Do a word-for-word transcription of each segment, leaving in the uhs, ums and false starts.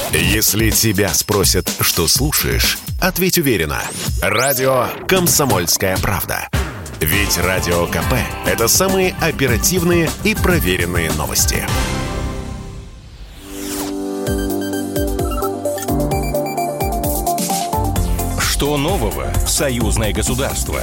Если тебя спросят, что слушаешь, ответь уверенно. Радио «Комсомольская правда». Ведь Радио КП – это самые оперативные и проверенные новости. Что нового в союзное государство?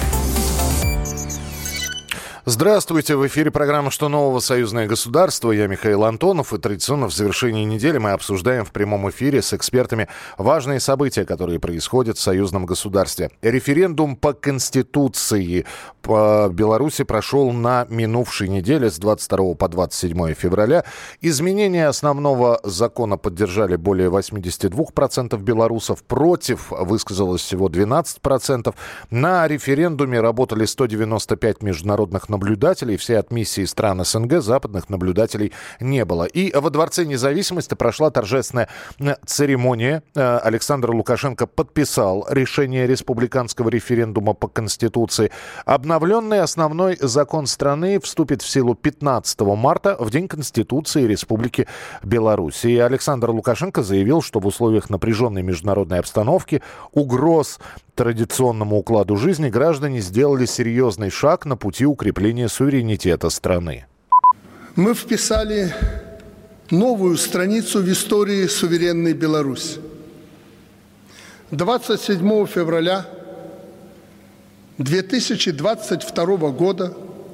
Здравствуйте, в эфире программа «Что нового? Союзное государство». Я Михаил Антонов, и традиционно в завершении недели мы обсуждаем в прямом эфире с экспертами важные события, которые происходят в союзном государстве. Референдум по Конституции по Беларуси прошел на минувшей неделе с двадцать второго по двадцать седьмое февраля. Изменения основного закона поддержали более восемьдесят два процента белорусов, против высказалось всего двенадцать процентов. На референдуме работали сто девяносто пять международных наблюдателей, все от миссии стран СНГ, западных наблюдателей не было. И во Дворце независимости прошла торжественная церемония. Александр Лукашенко подписал решение республиканского референдума по Конституции. Обновленный основной закон страны вступит в силу пятнадцатого марта, в День Конституции Республики Беларусь. И Александр Лукашенко заявил, что в условиях напряженной международной обстановки, угроз традиционному укладу жизни, граждане сделали серьезный шаг на пути укрепления суверенитета страны. Мы вписали новую страницу в истории суверенной Беларуси. двадцать седьмого февраля две тысячи двадцать второго года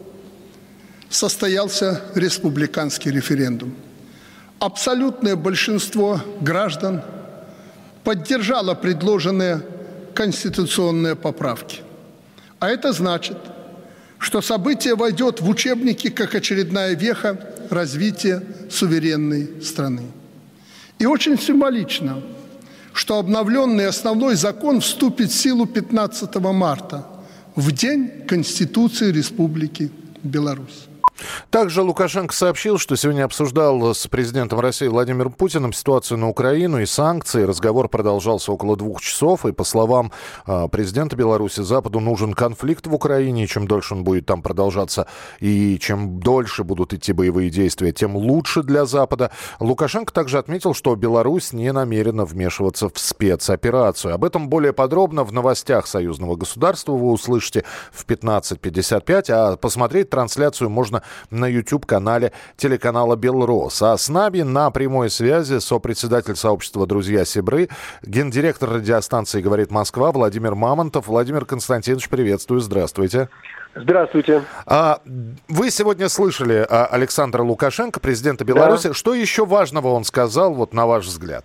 состоялся республиканский референдум. Абсолютное большинство граждан поддержало предложенные конституционные поправки. А это значит, что событие войдет в учебники как очередная веха развития суверенной страны. И очень символично, что обновленный основной закон вступит в силу пятнадцатого марта, в День Конституции Республики Беларусь. Также Лукашенко сообщил, что сегодня обсуждал с президентом России Владимиром Путиным ситуацию на Украину и санкции. Разговор продолжался около двух часов. И, по словам э, президента Беларуси, Западу нужен конфликт в Украине. И чем дольше он будет там продолжаться, и чем дольше будут идти боевые действия, тем лучше для Запада. Лукашенко также отметил, что Беларусь не намерена вмешиваться в спецоперацию. Об этом более подробно в новостях союзного государства вы услышите в пятнадцать пятьдесят пять. А посмотреть трансляцию можно на YouTube-канале телеканала «Белрос». А с нами на прямой связи сопредседатель сообщества «Друзья Сибры», гендиректор радиостанции «Говорит Москва» Владимир Мамонтов. Владимир Константинович, приветствую, здравствуйте. Здравствуйте. А, вы сегодня слышали а, Александра Лукашенко, президента Беларуси. Да. Что еще важного он сказал, вот на ваш взгляд?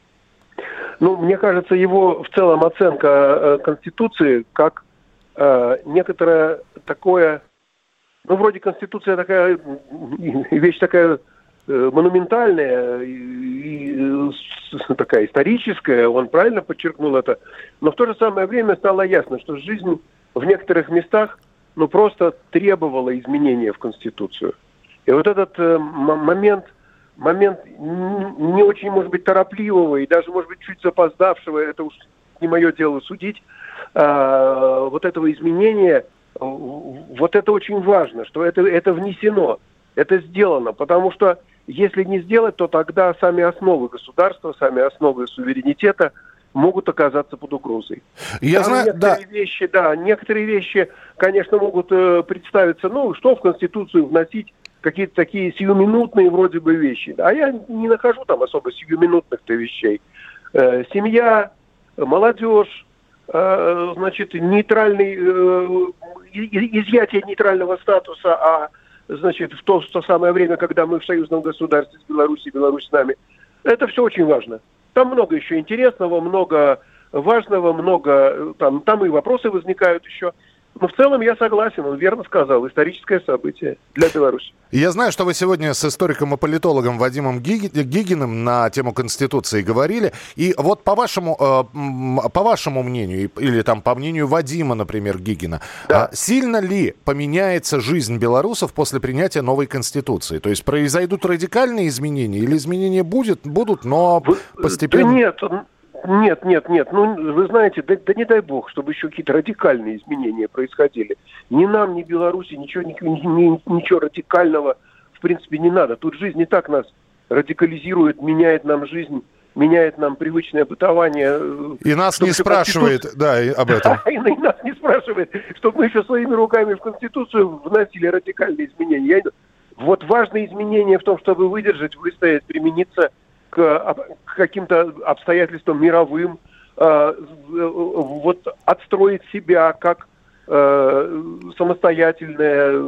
Ну, мне кажется, его в целом оценка э, Конституции как э, некоторое такое... Ну, вроде Конституция такая, вещь такая э, монументальная и, и э, такая историческая, он правильно подчеркнул это, но в то же самое время стало ясно, что жизнь в некоторых местах, ну, просто требовала изменения в Конституцию. И вот этот э, момент, момент не очень, может быть, торопливого и даже, может быть, чуть запоздавшего, это уж не мое дело судить, э, вот этого изменения. Вот это очень важно, что это, это внесено, это сделано, потому что если не сделать, то тогда сами основы государства, сами основы суверенитета могут оказаться под угрозой. Я знаю, некоторые да. вещи, да, некоторые вещи, конечно, могут э, представиться, ну, что в Конституцию вносить, какие-то такие сиюминутные вроде бы вещи. А я не нахожу там особо сиюминутных-то вещей. Э, семья, молодежь, э, значит, нейтральный... Э, изъятие нейтрального статуса, а значит, в то, в то самое время, когда мы в союзном государстве с Беларусью, Беларусь с нами, это все очень важно. Там много еще интересного, много важного, много, там, там и вопросы возникают еще. Но в целом я согласен, он верно сказал, историческое событие для Беларуси. Я знаю, что вы сегодня с историком и политологом Вадимом Гигиным на тему Конституции говорили. И вот по вашему, э, по вашему мнению, или там по мнению Вадима, например, Гигина, да. сильно ли поменяется жизнь белорусов после принятия новой Конституции? То есть произойдут радикальные изменения или изменения будет, будут, но вы, постепенно... Да нет, Нет, нет, нет. Ну, вы знаете, да, да не дай бог, чтобы еще какие-то радикальные изменения происходили. Ни нам, ни Беларуси ничего, ни, ни, ничего радикального в принципе не надо. Тут жизнь не так нас радикализирует, меняет нам жизнь меняет нам привычное бытование. И нас не спрашивает, конституцию... да, об этом. И нас не спрашивает, чтобы мы еще своими руками в Конституцию вносили радикальные изменения. Вот важное изменение в том, чтобы выдержать, выстоять, примениться к, к каким-то обстоятельствам мировым, э, вот отстроить себя как э, самостоятельное,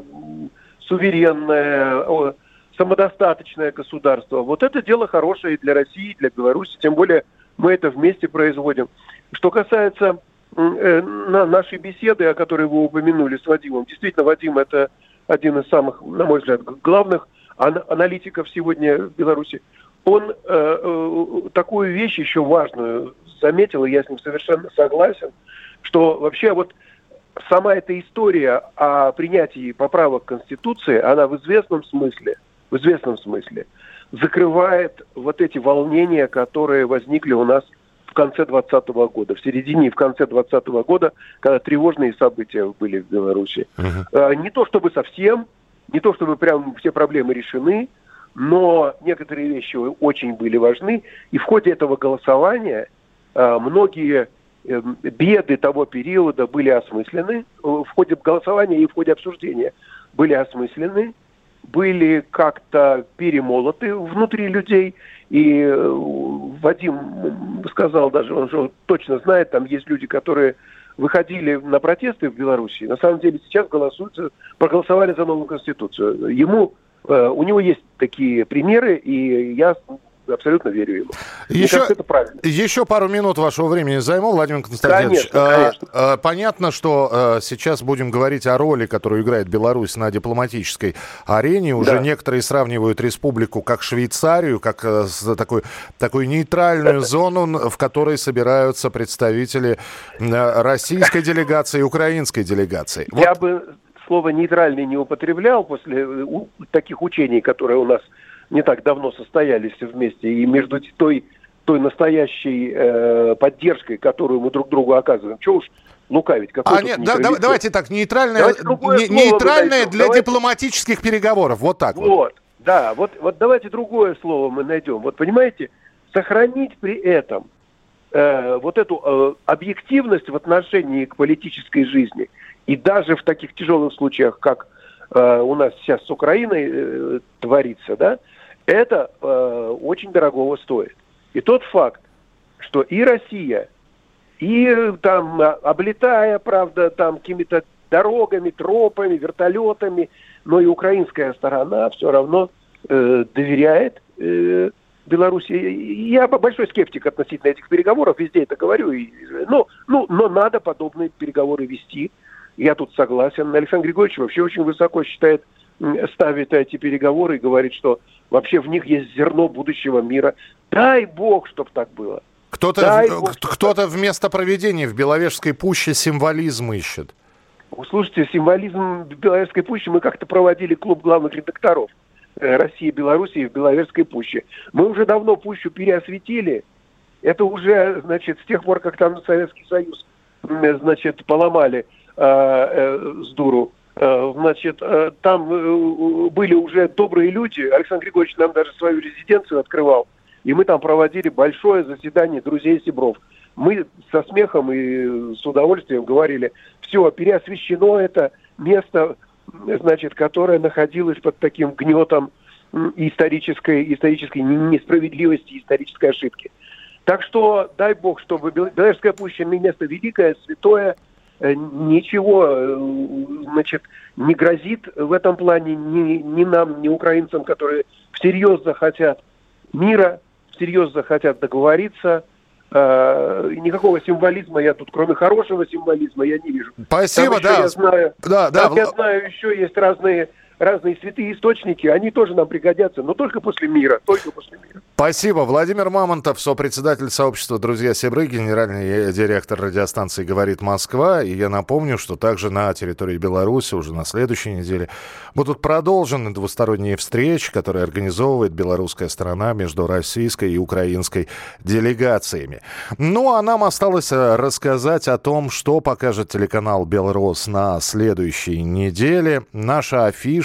суверенное, самодостаточное государство. Вот это дело хорошее и для России, и для Беларуси, тем более мы это вместе производим. Что касается э, на, нашей беседы, о которой вы упомянули с Вадимом, действительно, Вадим это один из самых, на мой взгляд, главных ан- аналитиков сегодня в Беларуси. Он э, э, такую вещь еще важную заметил, и я с ним совершенно согласен, что вообще вот сама эта история о принятии поправок к Конституции, она в известном смысле в известном смысле, закрывает вот эти волнения, которые возникли у нас в конце двадцатого года, в середине и в конце двадцатого года, когда тревожные события были в Беларуси. Uh-huh. Не то чтобы совсем, не то чтобы прям все проблемы решены, но некоторые вещи очень были важны, и в ходе этого голосования многие беды того периода были осмыслены, в ходе голосования и в ходе обсуждения были осмыслены, были как-то перемолоты внутри людей. И Вадим сказал даже, он же точно знает, там есть люди, которые выходили на протесты в Беларуси, на самом деле сейчас голосуют, проголосовали за новую Конституцию. Ему, у него есть такие примеры, и я абсолютно верю ему. Мне еще, кажется, это правильно. Еще пару минут вашего времени займу, Владимир Константинович. Конечно, конечно. А, а, понятно, что а, сейчас будем говорить о роли, которую играет Беларусь на дипломатической арене. Уже да. некоторые сравнивают республику как Швейцарию, как а, такой, такую нейтральную зону, в которой собираются представители а, российской делегации и украинской делегации. Я вот. бы слово «нейтральный» не употреблял после у, таких учений, которые у нас не так давно состоялись вместе, и между той, той настоящей э, поддержкой, которую мы друг другу оказываем. Чего уж лукавить? Какой а нет, да, да, давайте так, нейтральное, давайте не, нейтральное для давайте... дипломатических переговоров, вот так вот. Вот, да, вот, вот давайте другое слово мы найдем. Вот понимаете, сохранить при этом э, вот эту э, объективность в отношении к политической жизни, и даже в таких тяжелых случаях, как э, у нас сейчас с Украиной э, творится, да, это э, очень дорогого стоит. И тот факт, что и Россия, и там, облетая, правда, там какими-то дорогами, тропами, вертолетами, но и украинская сторона все равно э, доверяет э, Беларуси. Я большой скептик относительно этих переговоров, везде это говорю. И, ну, ну, но надо подобные переговоры вести. Я тут согласен. Александр Григорьевич вообще очень высоко считает, ставит эти переговоры и говорит, что вообще в них есть зерно будущего мира. Дай Бог, чтобы так было. Кто-то, Дай в, Бог, кто-то вместо проведения в Беловежской пуще символизм ищет. Слушайте, символизм в Беловежской пуще мы как-то проводили клуб главных редакторов России и Белоруссии в Беловежской пуще. Мы уже давно пущу переосветили. Это уже, значит, с тех пор, как там Советский Союз, значит, поломали э, э, с дуру. Значит, там были уже добрые люди. Александр Григорьевич нам даже свою резиденцию открывал. И мы там проводили большое заседание друзей Сибров. Мы со смехом и с удовольствием говорили, все, переосвещено это место, значит, которое находилось под таким гнетом исторической, исторической несправедливости, исторической ошибки. Так что, дай Бог, чтобы Беловежская пуща место великое, святое, ничего, значит, не грозит в этом плане ни, ни нам, ни украинцам, которые всерьез захотят мира, всерьез захотят договориться. Э, никакого символизма я тут, кроме хорошего символизма, я не вижу. Спасибо, да. Я знаю, да, да. я знаю, еще есть разные... разные святые источники, они тоже нам пригодятся, но только после мира, только после мира. Спасибо. Владимир Мамонтов, сопредседатель сообщества «Друзья Сибры», генеральный директор радиостанции «Говорит Москва». И я напомню, что также на территории Беларуси уже на следующей неделе будут продолжены двусторонние встречи, которые организовывает белорусская сторона между российской и украинской делегациями. Ну, а нам осталось рассказать о том, что покажет телеканал «Белрос» на следующей неделе. Наша афиша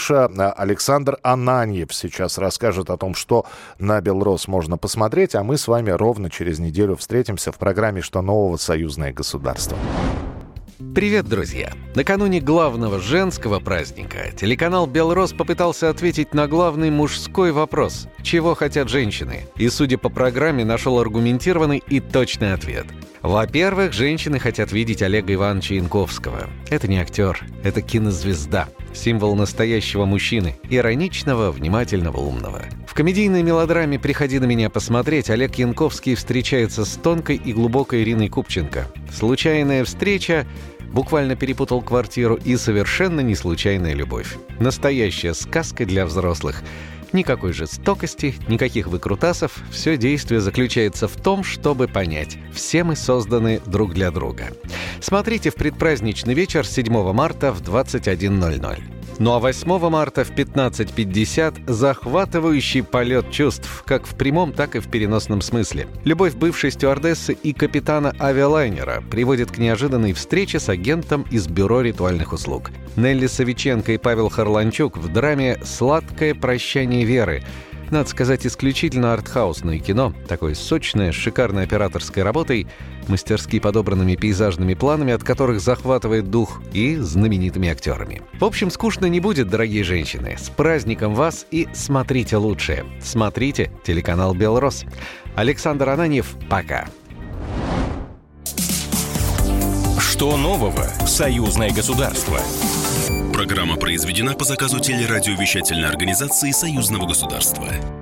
афиша. Александр Ананьев сейчас расскажет о том, что на «Белрос» можно посмотреть, а мы с вами ровно через неделю встретимся в программе «Что нового? Союзное государство». Привет, друзья! Накануне главного женского праздника телеканал «Белрос» попытался ответить на главный мужской вопрос – чего хотят женщины? И, судя по программе, нашел аргументированный и точный ответ. Во-первых, женщины хотят видеть Олега Ивановича Янковского. Это не актер, это кинозвезда, символ настоящего мужчины, ироничного, внимательного, умного. В комедийной мелодраме «Приходи на меня посмотреть» Олег Янковский встречается с тонкой и глубокой Ириной Купченко. Случайная встреча, буквально перепутал квартиру, и совершенно не случайная любовь. Настоящая сказка для взрослых. Никакой жестокости, никаких выкрутасов. Все действие заключается в том, чтобы понять. Все мы созданы друг для друга. Смотрите в предпраздничный вечер седьмого марта в двадцать один ноль ноль. Ну а восьмого марта в пятнадцать пятьдесят захватывающий полет чувств, как в прямом, так и в переносном смысле. Любовь бывшей стюардессы и капитана авиалайнера приводит к неожиданной встрече с агентом из бюро ритуальных услуг. Нелли Савиченко и Павел Харланчук в драме «Сладкое прощание Веры». Надо сказать, исключительно артхаусное кино, такое сочное, с шикарной операторской работой, мастерски подобранными пейзажными планами, от которых захватывает дух, и знаменитыми актерами. В общем, скучно не будет, дорогие женщины. С праздником вас и смотрите лучшее. Смотрите телеканал «Белрос». Александр Ананьев, пока. Что нового? Союзное государство. Программа произведена по заказу телерадиовещательной организации Союзного государства.